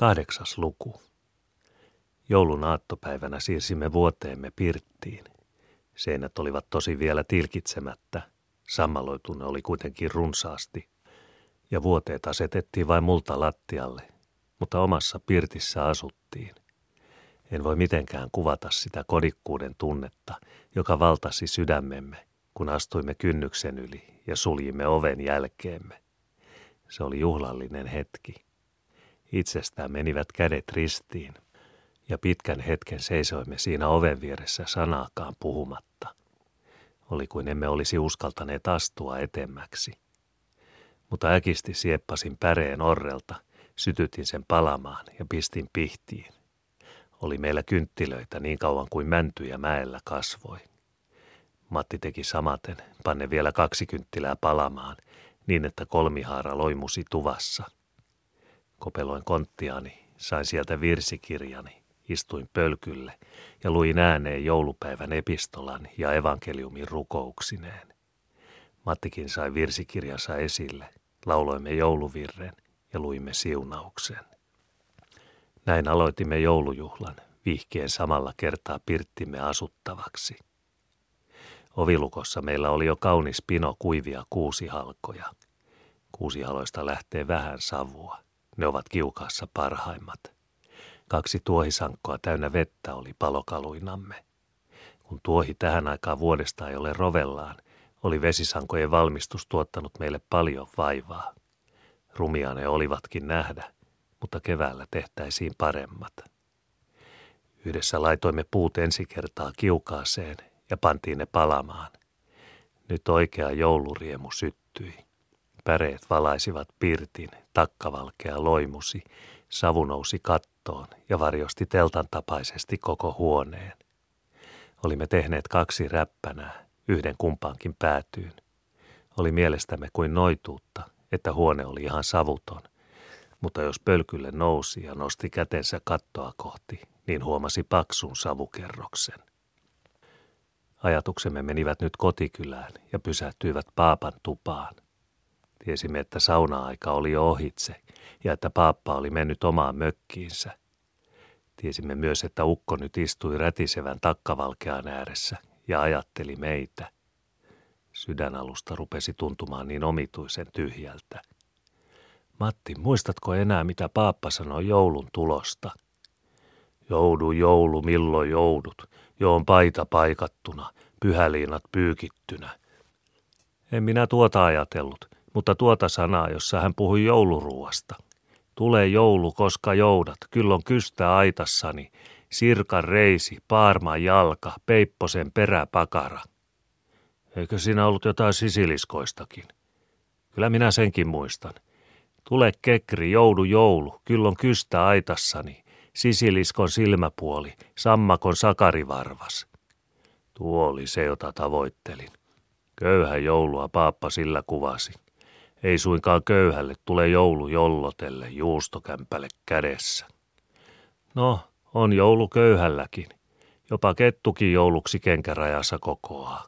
8. luku. Joulun aattopäivänä siirsimme vuoteemme pirttiin. Seinät olivat tosi vielä tilkitsemättä. Sammaloitu ne oli kuitenkin runsaasti. Ja vuoteet asetettiin vain multa lattialle, mutta omassa pirtissä asuttiin. En voi mitenkään kuvata sitä kodikkuuden tunnetta, joka valtasi sydämemme, kun astuimme kynnyksen yli ja suljimme oven jälkeemme. Se oli juhlallinen hetki. Itsestään menivät kädet ristiin, ja pitkän hetken seisoimme siinä oven vieressä sanaakaan puhumatta. Oli kuin emme olisi uskaltaneet astua etemmäksi. Mutta äkisti sieppasin päreen orrelta, sytytin sen palamaan ja pistin pihtiin. Oli meillä kynttilöitä niin kauan kuin mäntyjä mäellä kasvoi. Matti teki samaten, panne vielä 2 kynttilää palamaan, niin että kolmihaara loimusi tuvassa. Kopeloin konttiani, sain sieltä virsikirjani, istuin pölkylle ja luin ääneen joulupäivän epistolan ja evankeliumin rukouksineen. Mattikin sai virsikirjansa esille, lauloimme jouluvirren ja luimme siunauksen. Näin aloitimme joulujuhlan, vihkien samalla kertaa pirttimme asuttavaksi. Ovilukossa meillä oli jo kaunis pino kuivia kuusihalkoja. Kuusihaloista lähtee vähän savua. Ne ovat kiukaassa parhaimmat. 2 tuohisankkoa täynnä vettä oli palokaluinamme. Kun tuohi tähän aikaan vuodesta ei ole rovellaan, oli vesisankojen valmistus tuottanut meille paljon vaivaa. Rumia ne olivatkin nähdä, mutta keväällä tehtäisiin paremmat. Yhdessä laitoimme puut ensi kertaa kiukaaseen ja pantiin ne palamaan. Nyt oikea jouluriemu syttyi. Päreet valaisivat pirtin, takkavalkea loimusi, savu nousi kattoon ja varjosti teltan tapaisesti koko huoneen. Olimme tehneet 2 räppänää, yhden kumpaankin päätyyn. Oli mielestämme kuin noituutta, että huone oli ihan savuton, mutta jos pölkylle nousi ja nosti kätensä kattoa kohti, niin huomasi paksun savukerroksen. Ajatuksemme menivät nyt kotikylään ja pysähtyivät paapan tupaan. Tiesimme, että sauna-aika oli jo ohitse ja että paappa oli mennyt omaan mökkiinsä. Tiesimme myös, että ukko nyt istui rätisevän takkavalkean ääressä ja ajatteli meitä. Sydänalusta rupesi tuntumaan niin omituisen tyhjältä. Matti, muistatko enää, mitä paappa sanoi joulun tulosta? Joudu, joulu, milloin joudut? Jo on paita paikattuna, pyhäliinat pyykittynä. En minä tuota ajatellut, mutta tuota sanaa, jossa hän puhui jouluruuasta. Tule joulu, koska joudat, kyllä on kystä aitassani, sirkan reisi, paarman jalka, peipposen peräpakara. Eikö siinä ollut jotain sisiliskoistakin? Kyllä minä senkin muistan. Tule kekri, joudu joulu, kyllä on kystä aitassani, sisiliskon silmäpuoli, sammakon sakarivarvas. Tuo oli se, jota tavoittelin. Köyhä joulua paappa sillä kuvasi. Ei suinkaan köyhälle tule joulu jollotelle juustokämpälle kädessä. No, on joulu köyhälläkin. Jopa kettukin jouluksi kenkärajassa kokoaa.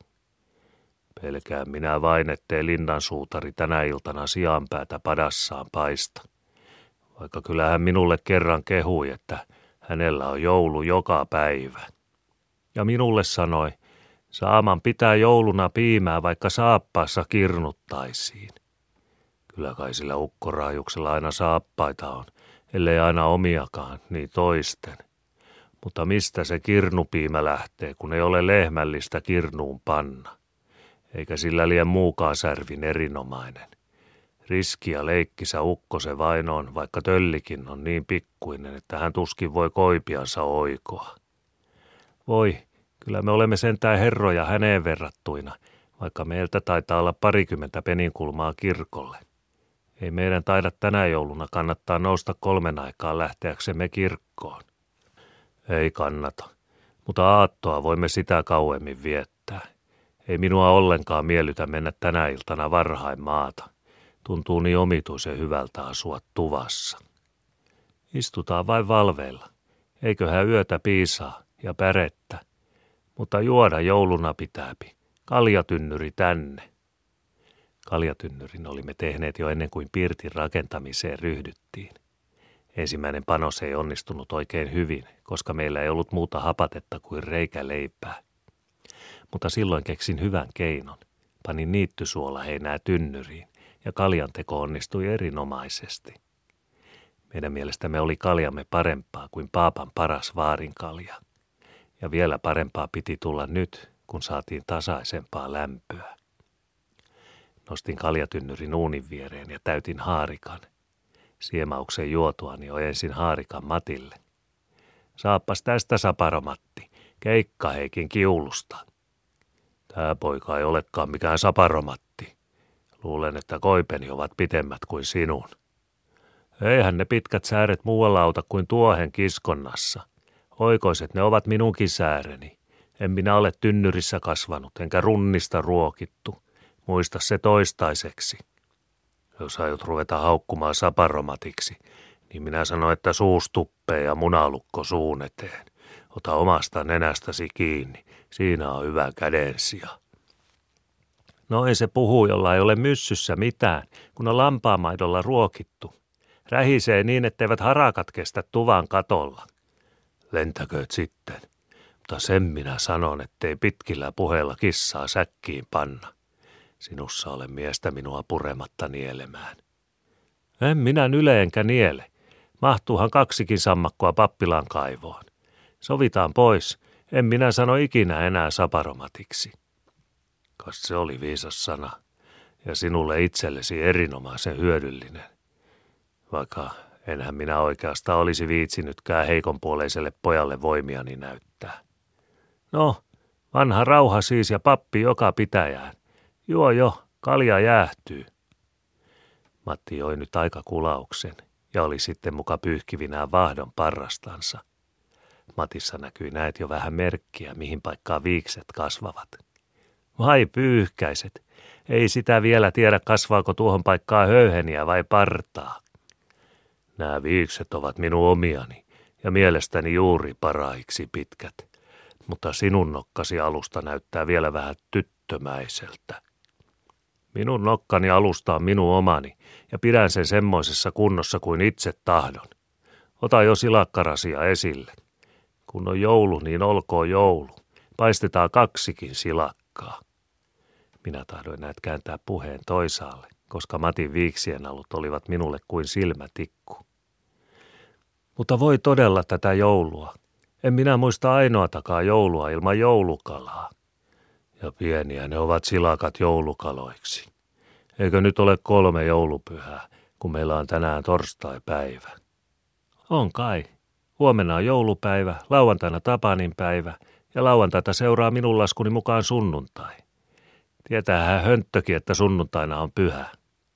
Pelkään minä vain, ettei linnansuutari tänä iltana sianpäätä padassaan paista. Vaikka kyllähän minulle kerran kehui, että hänellä on joulu joka päivä. Ja minulle sanoi, saaman pitää jouluna piimää, vaikka saappaassa kirnuttaisiin. Kyllä kai sillä ukkoraajuksella aina saappaita on, ellei aina omiakaan, niin toisten. Mutta mistä se kirnupiimä lähtee, kun ei ole lehmällistä kirnuun panna? Eikä sillä liian muukaan särvin erinomainen. Riski ja leikkisä ukko se vain on, vaikka töllikin on niin pikkuinen, että hän tuskin voi koipiansa oikoa. Voi, kyllä me olemme sentään herroja häneen verrattuina, vaikka meiltä taitaa olla 20 peninkulmaa kirkolle. Ei meidän taida tänä jouluna kannattaa nousta 3 aikaan lähteäksemme kirkkoon. Ei kannata, mutta aattoa voimme sitä kauemmin viettää. Ei minua ollenkaan miellytä mennä tänä iltana varhain maata. Tuntuu niin omituisen hyvältä asua tuvassa. Istutaan vain valveilla. Eiköhän yötä piisaa ja pärettä. Mutta juoda jouluna pitääpi. Kaljatynnyri tänne. Kaljatynnyrin olimme tehneet jo ennen kuin pirtin rakentamiseen ryhdyttiin. Ensimmäinen panos ei onnistunut oikein hyvin, koska meillä ei ollut muuta hapatetta kuin reikäleipää. Mutta silloin keksin hyvän keinon. Panin niittysuolaheinää tynnyriin ja kaljanteko onnistui erinomaisesti. Meidän mielestämme oli kaljamme parempaa kuin paapan paras vaarinkalja. Ja vielä parempaa piti tulla nyt, kun saatiin tasaisempaa lämpöä. Nostin kaljatynnyrin uunin viereen ja täytin haarikan. Siemauksen juotuani ojensin haarikan Matille. Saappas tästä, Saparomatti, Keikka-Heikin kiulusta. Tää poika ei olekaan mikään saparomatti. Luulen, että koipeni ovat pitemmät kuin sinun. Eihän ne pitkät sääret muualla auta kuin tuohen kiskonnassa. Oikoiset ne ovat minunkin sääreni. En minä ole tynnyrissä kasvanut, enkä runnista ruokittu. Muista se toistaiseksi. Jos aiot ruveta haukkumaan saparomatiksi, niin minä sanon, että suus tuppee ja munalukko suun eteen. Ota omasta nenästäsi kiinni, siinä on hyvä kädensija. No ei se puhu, jolla ei ole myssyssä mitään, kun on lampaamaidolla ruokittu. Rähisee niin, etteivät harakat kestä tuvan katolla. Lentäkööt sitten, mutta sen minä sanon, ettei pitkillä puheilla kissaa säkkiin panna. Sinussa ole miestä minua purematta nielemään. En minä nyle enkä niele. Mahtuuhan 2 sammakkoa pappilan kaivoon. Sovitaan pois. En minä sano ikinä enää saparomatiksi. Kas se oli viisas sana, ja sinulle itsellesi erinomaisen hyödyllinen. Vaikka enhän minä oikeastaan olisi viitsinytkään heikonpuoleiselle pojalle voimiani näyttää. No, vanha rauha siis ja pappi joka pitäjään. Juo jo, kalja jäähtyy. Matti joi nyt aika kulauksen ja oli sitten muka pyyhkivinään vahdon parrastansa. Matissa näkyi näet jo vähän merkkiä, mihin paikkaan viikset kasvavat. Vai pyyhkäiset, ei sitä vielä tiedä kasvaako tuohon paikkaan höyheniä vai partaa. Nämä viikset ovat minun omiani ja mielestäni juuri paraiksi pitkät, mutta sinun nokkasi alusta näyttää vielä vähän tyttömäiseltä. Minun nokkani alusta on minun omani ja pidän sen semmoisessa kunnossa kuin itse tahdon. Ota jo silakkarasia esille. Kun on joulu, niin olkoon joulu. Paistetaan 2 silakkaa. Minä tahdoin näet kääntää puheen toisaalle, koska Matin viiksien alut olivat minulle kuin silmätikku. Mutta voi todella tätä joulua. En minä muista ainoatakaan joulua ilman joulukalaa. Ja pieniä ne ovat silakat joulukaloiksi. Eikö nyt ole 3 joulupyhää, kun meillä on tänään torstai-päivä? On kai. Huomenna on joulupäivä, lauantaina Tapaninpäivä ja lauantaita seuraa minun laskuni mukaan sunnuntai. Tietäähän hönttökin, että sunnuntaina on pyhä.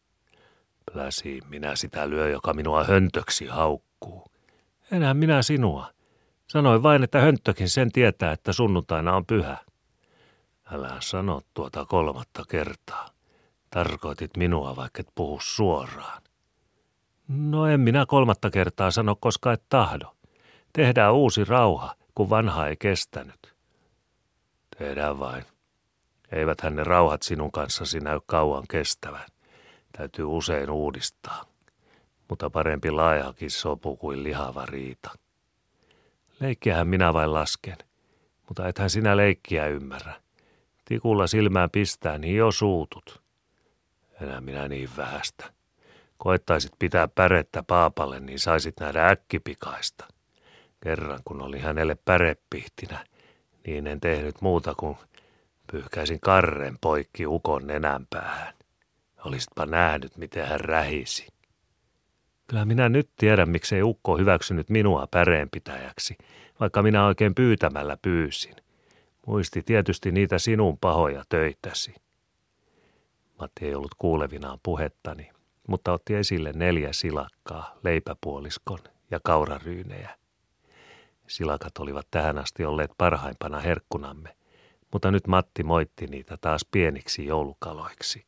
Pläsiin minä sitä lyö, joka minua höntöksi haukkuu. Enhän minä sinua. Sanoin vain, että hönttökin sen tietää, että sunnuntaina on pyhä. Älä sano tuota 3. kertaa. Tarkoitit minua, vaikka et puhu suoraan. No en minä 3. kertaa sano, koska et tahdo. Tehdään uusi rauha, kun vanha ei kestänyt. Tehdään vain. Eiväthän ne rauhat sinun kanssasi näy kauan kestävän. Täytyy usein uudistaa. Mutta parempi laajakin sopu kuin lihava riita. Leikkiähän minä vain lasken, mutta ethän sinä leikkiä ymmärrä. Tikulla silmään pistää, niin jo suutut. Enää minä niin vähästä. Koettaisit pitää pärettä paapalle, niin saisit nähdä äkkipikaista. Kerran kun oli hänelle pärepihtinä, niin en tehnyt muuta kuin pyyhkäisin karren poikki ukon nenänpäähän. Olisitpa nähnyt, miten hän rähisi. Kyllä minä nyt tiedän, miksei ukko hyväksynyt minua päreenpitäjäksi, vaikka minä oikein pyytämällä pyysin. Muisti tietysti niitä sinun pahoja töitäsi. Matti ei ollut kuulevinaan puhettani, mutta otti esille 4 silakkaa, leipäpuoliskon ja kauraryynejä. Silakat olivat tähän asti olleet parhaimpana herkkunamme, mutta nyt Matti moitti niitä taas pieniksi joulukaloiksi.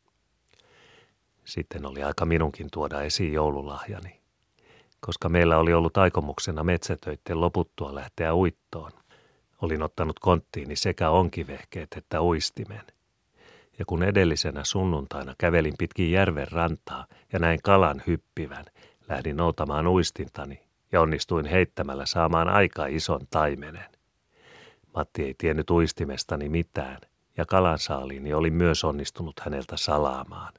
Sitten oli aika minunkin tuoda esiin joululahjani. Koska meillä oli ollut aikomuksena metsätöitten loputtua lähteä uittoon, olin ottanut konttiini sekä onkivehkeet että uistimen. Ja kun edellisenä sunnuntaina kävelin pitkin järven rantaa ja näin kalan hyppivän, Lähdin noutamaan uistintani ja onnistuin heittämällä saamaan aika ison taimenen. Matti ei tiennyt uistimestani mitään, ja kalansaaliini oli myös onnistunut häneltä salaamaan.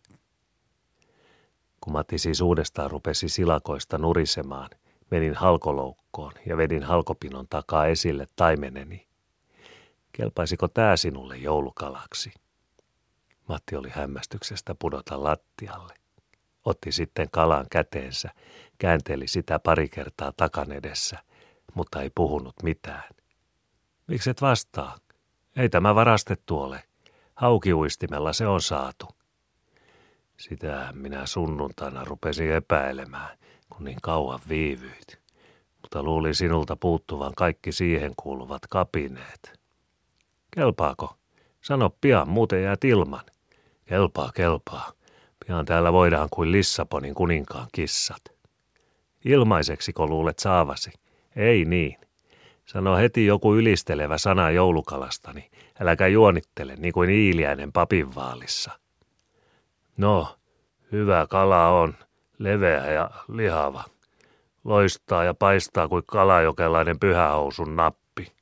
Kun Matti siis uudestaan rupesi silakoista nurisemaan, menin halkoloukkoon ja vedin halkopinon takaa esille taimeneni. Kelpaisiko tää sinulle joulukalaksi? Matti oli hämmästyksestä pudota lattialle. Otti sitten kalan käteensä, käänteli sitä pari kertaa takan edessä, mutta ei puhunut mitään. Mikset vastaa? Ei tämä varastettu ole. Haukiuistimella se on saatu. Sitähän minä sunnuntaina rupesin epäilemään, kun niin kauan viivyit. Mutta luulin sinulta puuttuvan kaikki siihen kuuluvat kapineet. Kelpaako? Sano pian, muuten jäät ilman. Kelpaa. Pian täällä voidaan kuin Lissabonin kuninkaan kissat. Ilmaiseksiko luulet saavasi? Ei niin. Sano heti joku ylistelevä sana joulukalastani. Äläkä juonittele niin kuin Iiliäinen papinvaalissa. No, hyvä kala on, leveä ja lihava. Loistaa ja paistaa kuin kalajokelainen pyhähousun nappi.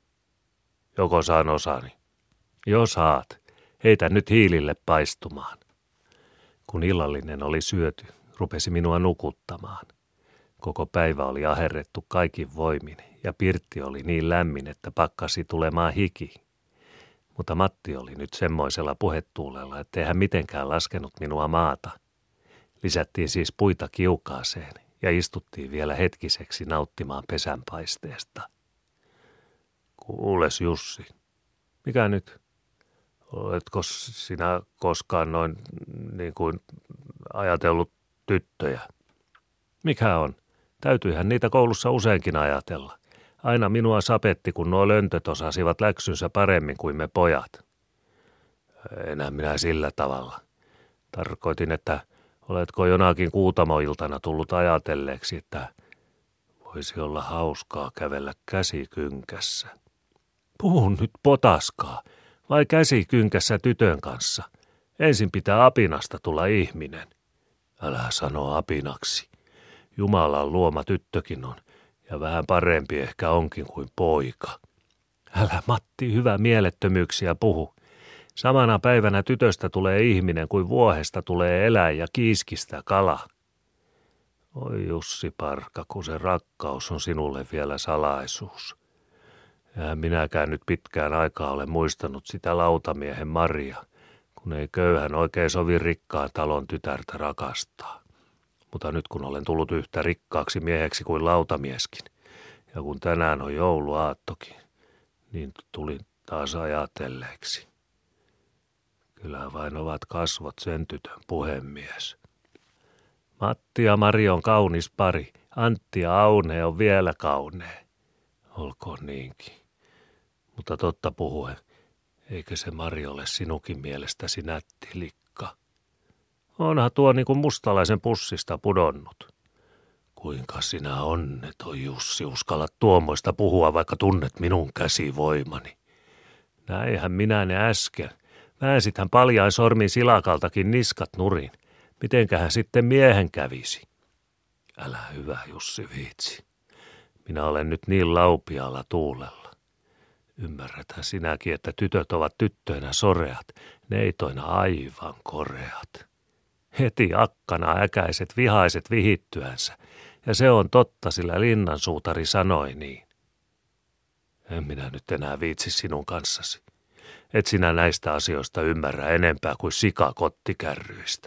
Joko saan osani? Jos saat, heitä nyt hiilille paistumaan. Kun illallinen oli syöty, rupesi minua nukuttamaan. Koko päivä oli aherrettu kaikin voimin ja pirtti oli niin lämmin, että pakkasi tulemaan hiki. Mutta Matti oli nyt semmoisella puhetuulella, ettei hän mitenkään laskenut minua maata. Lisättiin siis puita kiukaaseen ja istuttiin vielä hetkiseksi nauttimaan pesänpaisteesta. Kuules Jussi, mikä nyt? Oletko sinä koskaan noin niin kuin ajatellut tyttöjä? Mikä on? Täytyihän niitä koulussa useinkin ajatella. Aina minua sapetti, kun nuo löntöt osasivat läksynsä paremmin kuin me pojat. Enää minä sillä tavalla. Tarkoitin, että oletko jonakin kuutamoiltana tullut ajatelleeksi, että voisi olla hauskaa kävellä käsikynkässä. Puhun nyt potaskaa, vai käsikynkässä tytön kanssa? Ensin pitää apinasta tulla ihminen. Älä sano apinaksi. Jumalan luoma tyttökin on, ja vähän parempi ehkä onkin kuin poika. Älä Matti, hyvä mielettömyyksiä puhu. Samana päivänä tytöstä tulee ihminen kuin vuohesta tulee eläin ja kiiskistä kala. Oi Jussi Parka, kun se rakkaus on sinulle vielä salaisuus. Ja minäkään nyt pitkään aikaa ole muistanut sitä lautamiehen Maria, kun ei köyhän oikein sovi rikkaan talon tytärtä rakastaa. Mutta nyt kun olen tullut yhtä rikkaaksi mieheksi kuin lautamieskin, ja kun tänään on jouluaattokin, niin tulin taas ajatelleeksi. Kyllä vain ovat kasvot sen tytön puhemies. Matti ja Mari on kaunis pari, Antti ja Aune on vielä kaunee. Olkoon niinkin. Mutta totta puhuen, eikö se Mari ole sinukin mielestäsi nätti likka? Onhan tuo niin kuin mustalaisen pussista pudonnut. Kuinka sinä onneton Jussi uskallat tuommoista puhua, vaikka tunnet minun käsivoimani? Näinhän minä ne äsken. Väänsithän paljain sormin silakaltakin niskat nurin. Mitenkähän sitten miehen kävisi? Älä hyvä Jussi viitsi. Minä olen nyt niin laupialla tuulella. Ymmärräthän sinäkin, että tytöt ovat tyttöinä soreat, neitoina aivan koreat. Heti akkana äkäiset vihaiset vihittyänsä, ja se on totta, sillä linnansuutari sanoi niin. En minä nyt enää viitsi sinun kanssasi. Et sinä näistä asioista ymmärrä enempää kuin sika kottikärryistä.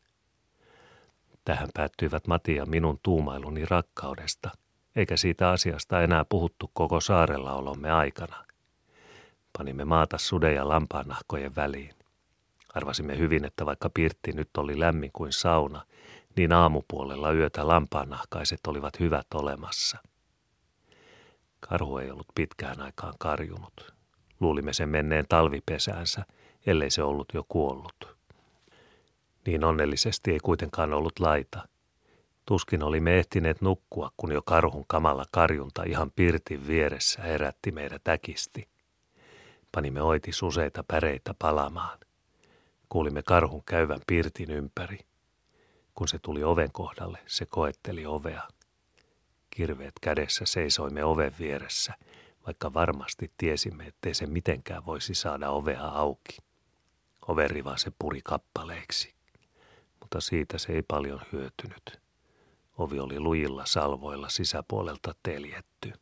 Tähän päättyivät Mati ja minun tuumailuni rakkaudesta, eikä siitä asiasta enää puhuttu koko saarella olomme aikana. Panimme maata suden ja lampaannahkojen väliin. Arvasimme hyvin, että vaikka pirtti nyt oli lämmin kuin sauna, niin aamupuolella yötä lampaannahkaiset olivat hyvät olemassa. Karhu ei ollut pitkään aikaan karjunut. Luulimme sen menneen talvipesäänsä, ellei se ollut jo kuollut. Niin onnellisesti ei kuitenkaan ollut laita. Tuskin olimme ehtineet nukkua, kun jo karhun kamala karjunta ihan pirtin vieressä herätti meidät äkisti. Panimme oitis useita päreitä palamaan. Kuulimme karhun käyvän pirtin ympäri. Kun se tuli oven kohdalle, se koetteli ovea. Kirveet kädessä seisoimme oven vieressä, vaikka varmasti tiesimme, ettei se mitenkään voisi saada ovea auki. Overiva se puri kappaleiksi, mutta siitä se ei paljon hyötynyt. Ovi oli lujilla salvoilla sisäpuolelta teljetty.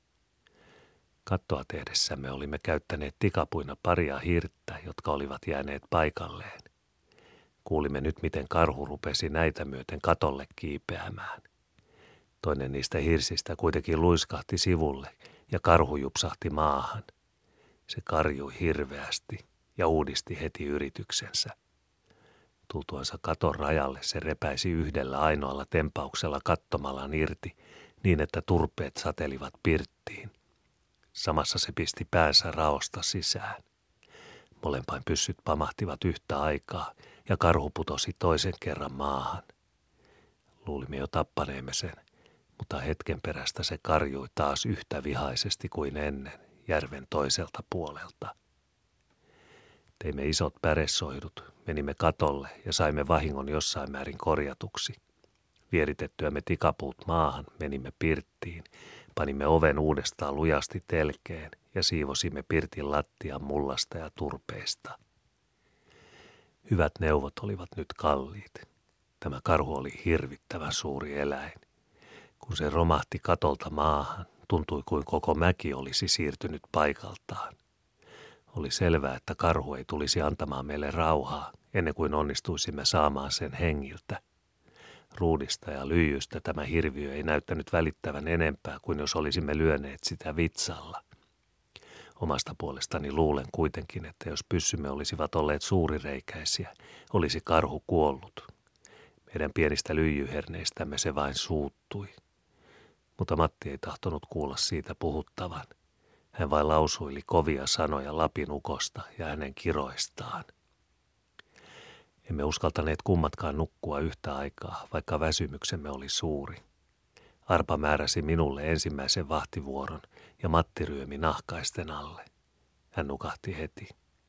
Kattoa tehdessämme olimme käyttäneet tikapuina paria hirttä, jotka olivat jääneet paikalleen. Kuulimme nyt, miten karhu rupesi näitä myöten katolle kiipeämään. Toinen niistä hirsistä kuitenkin luiskahti sivulle ja karhu jupsahti maahan. Se karjui hirveästi ja uudisti heti yrityksensä. Tultuansa katon rajalle se repäisi yhdellä ainoalla tempauksella kattomalan irti niin, että turpeet satelivat pirttiin. Samassa se pisti päänsä raosta sisään. Molempain pyssyt pamahtivat yhtä aikaa ja karhu putosi toisen kerran maahan. Luulimme jo tappaneemme sen, mutta hetken perästä se karjui taas yhtä vihaisesti kuin ennen järven toiselta puolelta. Teimme isot päressoidut, menimme katolle ja saimme vahingon jossain määrin korjatuksi. Vieritettyämme tikapuut maahan, menimme pirttiin, panimme oven uudestaan lujasti telkeen ja siivosimme pirtin lattian mullasta ja turpeista. Hyvät neuvot olivat nyt kalliit. Tämä karhu oli hirvittävän suuri eläin. Kun se romahti katolta maahan, tuntui kuin koko mäki olisi siirtynyt paikaltaan. Oli selvää, että karhu ei tulisi antamaan meille rauhaa, ennen kuin onnistuisimme saamaan sen hengiltä. Ruudista ja lyijystä tämä hirviö ei näyttänyt välittävän enempää kuin jos olisimme lyöneet sitä vitsalla. Omasta puolestani luulen kuitenkin, että jos pyssymme olisivat olleet suurireikäisiä, olisi karhu kuollut. Meidän pienistä lyijyherneistämme se vain suuttui. Mutta Matti ei tahtonut kuulla siitä puhuttavan. Hän vain lausuili kovia sanoja Lapin ukosta ja hänen kiroistaan. Emme uskaltaneet kummatkaan nukkua yhtä aikaa, vaikka väsymyksemme oli suuri. Arpa määräsi minulle ensimmäisen vahtivuoron ja Matti ryömi nahkaisten alle. Hän nukahti heti.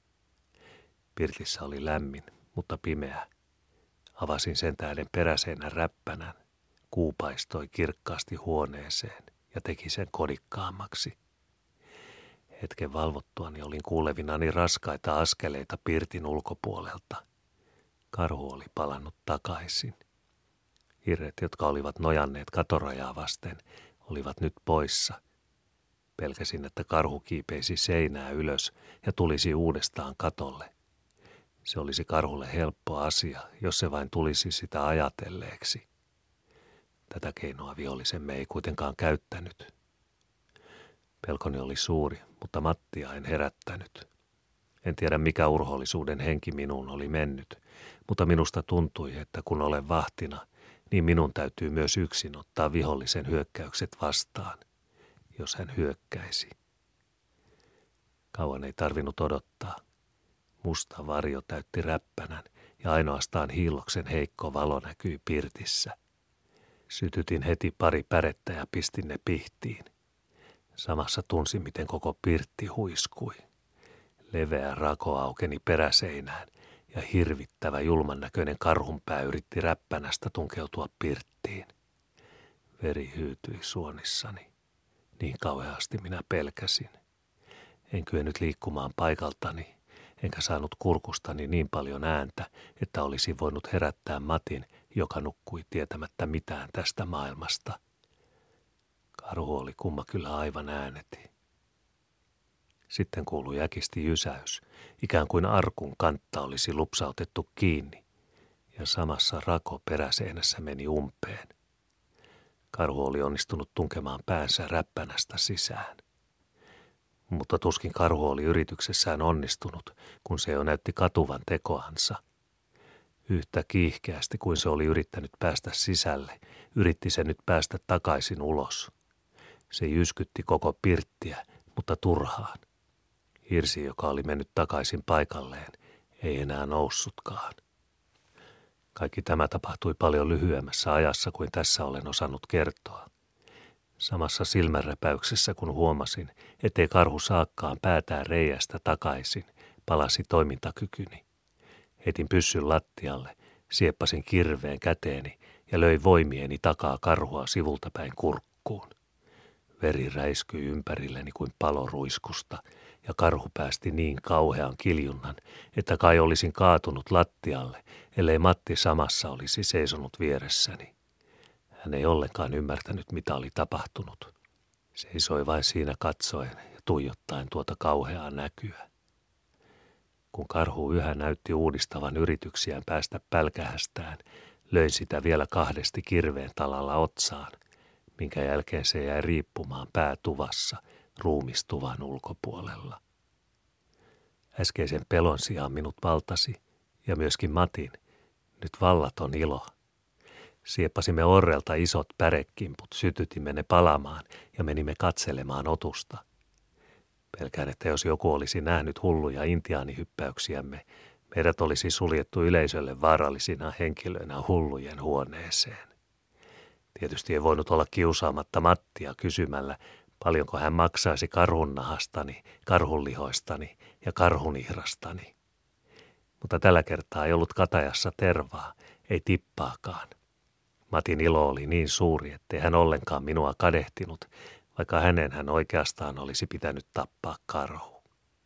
Pirtissä oli lämmin, mutta pimeä. Avasin sen tähden peräseinän räppänän. Kuu paistoi kirkkaasti huoneeseen ja teki sen kodikkaammaksi. Hetken valvottuani olin kuulevinani raskaita askeleita pirtin ulkopuolelta. Karhu oli palannut takaisin. Hirret, jotka olivat nojanneet katorajaa vasten, olivat nyt poissa. Pelkäsin, että karhu kiipeisi seinää ylös ja tulisi uudestaan katolle. Se olisi karhulle helppo asia, jos se vain tulisi sitä ajatelleeksi. Tätä keinoa vihollisemme ei kuitenkaan käyttänyt. Pelkoni oli suuri, mutta Mattia en herättänyt. En tiedä, mikä urhoollisuuden henki minuun oli mennyt, mutta minusta tuntui, että kun olen vahtina, niin minun täytyy myös yksin ottaa vihollisen hyökkäykset vastaan, jos hän hyökkäisi. Kauan ei tarvinnut odottaa. Musta varjo täytti räppänän ja ainoastaan hiilloksen heikko valo näkyi pirtissä. Sytytin heti pari pärettä ja pistin ne pihtiin. Samassa tunsin, miten koko pirtti huiskui. Leveä rako aukeni peräseinään ja hirvittävä julman näköinen karhunpää yritti räppänästä tunkeutua pirttiin. Veri hyytyi suonissani. Niin kauheasti minä pelkäsin. En kyennyt liikkumaan paikaltani, enkä saanut kurkustani niin paljon ääntä, että olisi voinut herättää Matin, joka nukkui tietämättä mitään tästä maailmasta. Karhu oli kumma kyllä aivan ääneti. Sitten kuului äkisti jysäys, ikään kuin arkun kantta olisi lupsautettu kiinni, ja samassa rako peräseinässä meni umpeen. Karhu oli onnistunut tunkemaan päänsä räppänästä sisään. Mutta tuskin karhu oli yrityksessään onnistunut, kun se jo näytti katuvan tekoansa. Yhtä kiihkeästi kuin se oli yrittänyt päästä sisälle, yritti se nyt päästä takaisin ulos. Se jyskytti koko pirttiä, mutta turhaan. Hirsi, joka oli mennyt takaisin paikalleen, ei enää noussutkaan. Kaikki tämä tapahtui paljon lyhyemmässä ajassa kuin tässä olen osannut kertoa. Samassa silmänräpäyksessä, kun huomasin, ettei karhu saakkaan päätään reiästä takaisin, palasi toimintakykyni. Heitin pyssyn lattialle, Sieppasin kirveen käteeni ja löi voimieni takaa karhua sivulta päin kurkkuun. Veri räiskyi ympärilleni kuin paloruiskusta, ja karhu päästi niin kauhean kiljunnan, että kai olisin kaatunut lattialle, ellei Matti samassa olisi seisonut vieressäni. Hän ei ollenkaan ymmärtänyt, mitä oli tapahtunut. Seisoi vain siinä katsoen ja tuijottaen tuota kauheaa näkyä. Kun karhu yhä näytti uudistavan yrityksiään päästä pälkähästään, löin sitä vielä kahdesti kirveen talalla otsaan, minkä jälkeen se jäi riippumaan päätuvassa ruumistuvan ulkopuolella. Äskeisen pelon sijaan minut valtasi, ja myöskin Matin, nyt vallaton ilo. Sieppasimme orrelta isot pärekimput, sytytimme ne palamaan ja menimme katselemaan otusta. Pelkään, että jos joku olisi nähnyt hulluja intiaanihyppäyksiämme, meidät olisi suljettu yleisölle vaarallisina henkilöinä hullujen huoneeseen. Tietysti ei voinut olla kiusaamatta Mattia kysymällä, paljonko hän maksaisi karhunnahastani, karhunlihoistani ja karhunihrastani. Mutta tällä kertaa ei ollut katajassa tervaa, ei tippaakaan. Matin ilo oli niin suuri, ettei hän ollenkaan minua kadehtinut, vaikka hän oikeastaan olisi pitänyt tappaa karhu.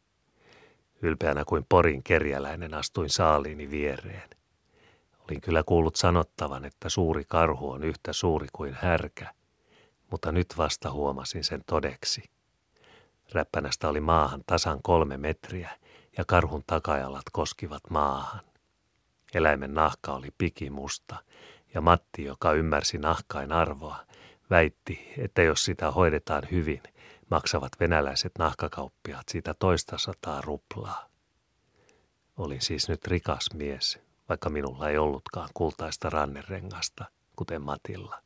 Ylpeänä kuin Porin kerjäläinen astuin saaliini viereen. Olin kyllä kuullut sanottavan, että suuri karhu on yhtä suuri kuin härkä, mutta nyt vasta huomasin sen todeksi. Räppänästä oli maahan tasan 3 metriä ja karhun takajalat koskivat maahan. Eläimen nahka oli pikimusta ja Matti, joka ymmärsi nahkain arvoa, väitti, että jos sitä hoidetaan hyvin, maksavat venäläiset nahkakauppiaat siitä 200 ruplaa. Olin siis nyt rikas mies, vaikka minulla ei ollutkaan kultaista rannerengasta, kuten Matilla.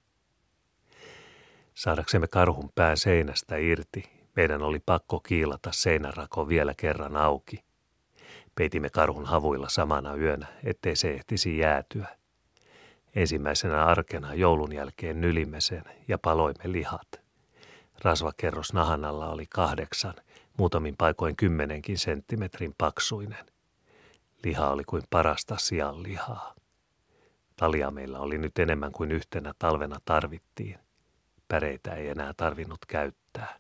Saadaksemme karhun pään seinästä irti, meidän oli pakko kiilata seinärako vielä kerran auki. Peitimme karhun havuilla samana yönä, ettei se ehtisi jäätyä. Ensimmäisenä arkena joulun jälkeen nylimme sen ja paloimme lihat. Rasvakerros nahan alla oli 8, muutamin paikoin 10 senttimetrin paksuinen. Liha oli kuin parasta sianlihaa. Talia meillä oli nyt enemmän kuin yhtenä talvena tarvittiin. Päreitä ei enää tarvinnut käyttää.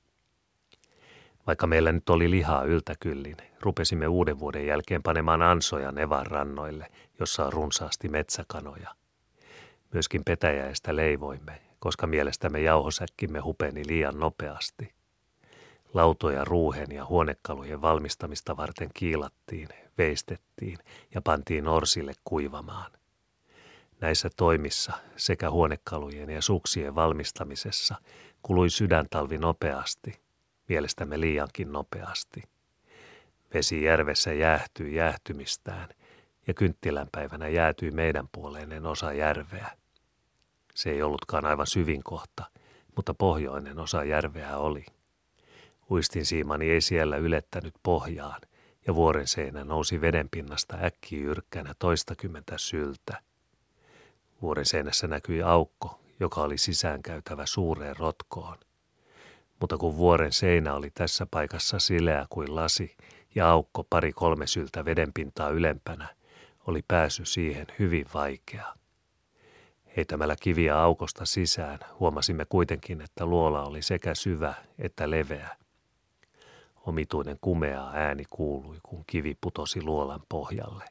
Vaikka meillä nyt oli lihaa yltäkyllin, rupesimme uuden vuoden jälkeen panemaan ansoja Nevan rannoille, jossa on runsaasti metsäkanoja. Myöskin petäjäistä leivoimme, koska mielestämme jauhosäkkimme hupeni liian nopeasti. Lautoja ruuhen ja huonekalujen valmistamista varten kiilattiin, veistettiin ja pantiin orsille kuivamaan. Näissä toimissa sekä huonekalujen ja suksien valmistamisessa kului sydäntalvi nopeasti, mielestämme liiankin nopeasti. Vesi järvessä jäähtyi jäähtymistään ja kynttilänpäivänä jäätyi meidän puoleinen osa järveä. Se ei ollutkaan aivan syvin kohta, mutta pohjoinen osa järveä oli. Uistinsiimani ei siellä ylettänyt pohjaan ja vuoren seinä nousi vedenpinnasta äkkijyrkkänä 20 syltä. Vuoren seinässä näkyi aukko, joka oli sisäänkäytävä suureen rotkoon. Mutta kun vuoren seinä oli tässä paikassa sileä kuin lasi ja aukko 2-3 syltä vedenpintaa ylempänä, oli pääsy siihen hyvin vaikea. Heitämällä kiviä aukosta sisään huomasimme kuitenkin, että luola oli sekä syvä että leveä. Omituinen kumea ääni kuului, kun kivi putosi luolan pohjalle.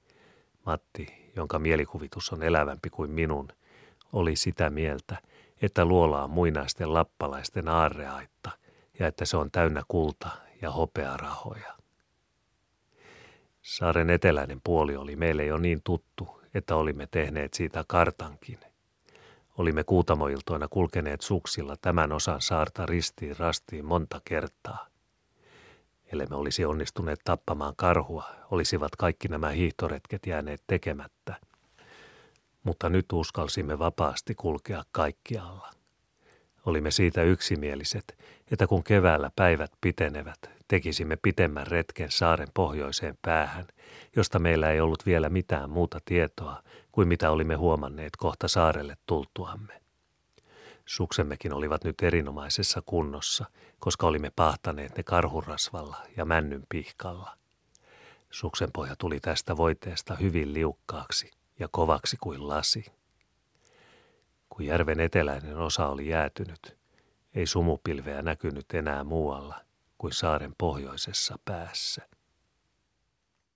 Matti, jonka mielikuvitus on elävämpi kuin minun, oli sitä mieltä, että luola on muinaisten lappalaisten aarreaitta ja että se on täynnä kulta- ja hopearahoja. Saaren eteläinen puoli oli meille jo niin tuttu, että olimme tehneet siitä kartankin. Olimme kuutamoiltoina kulkeneet suksilla tämän osan saarta ristiin rastiin monta kertaa. Ellemme olisi onnistuneet tappamaan karhua, olisivat kaikki nämä hiihtoretket jääneet tekemättä. Mutta nyt uskalsimme vapaasti kulkea kaikkialla. Olimme siitä yksimieliset, että kun keväällä päivät pitenevät, tekisimme pitemmän retken saaren pohjoiseen päähän, josta meillä ei ollut vielä mitään muuta tietoa kuin mitä olimme huomanneet kohta saarelle tultuamme. Suksemmekin olivat nyt erinomaisessa kunnossa, koska olimme pahtaneet ne karhurasvalla ja männyn pihkalla. Suksenpohja tuli tästä voiteesta hyvin liukkaaksi ja kovaksi kuin lasi. Kun järven eteläinen osa oli jäätynyt, ei sumupilveä näkynyt enää muualla kuin saaren pohjoisessa päässä.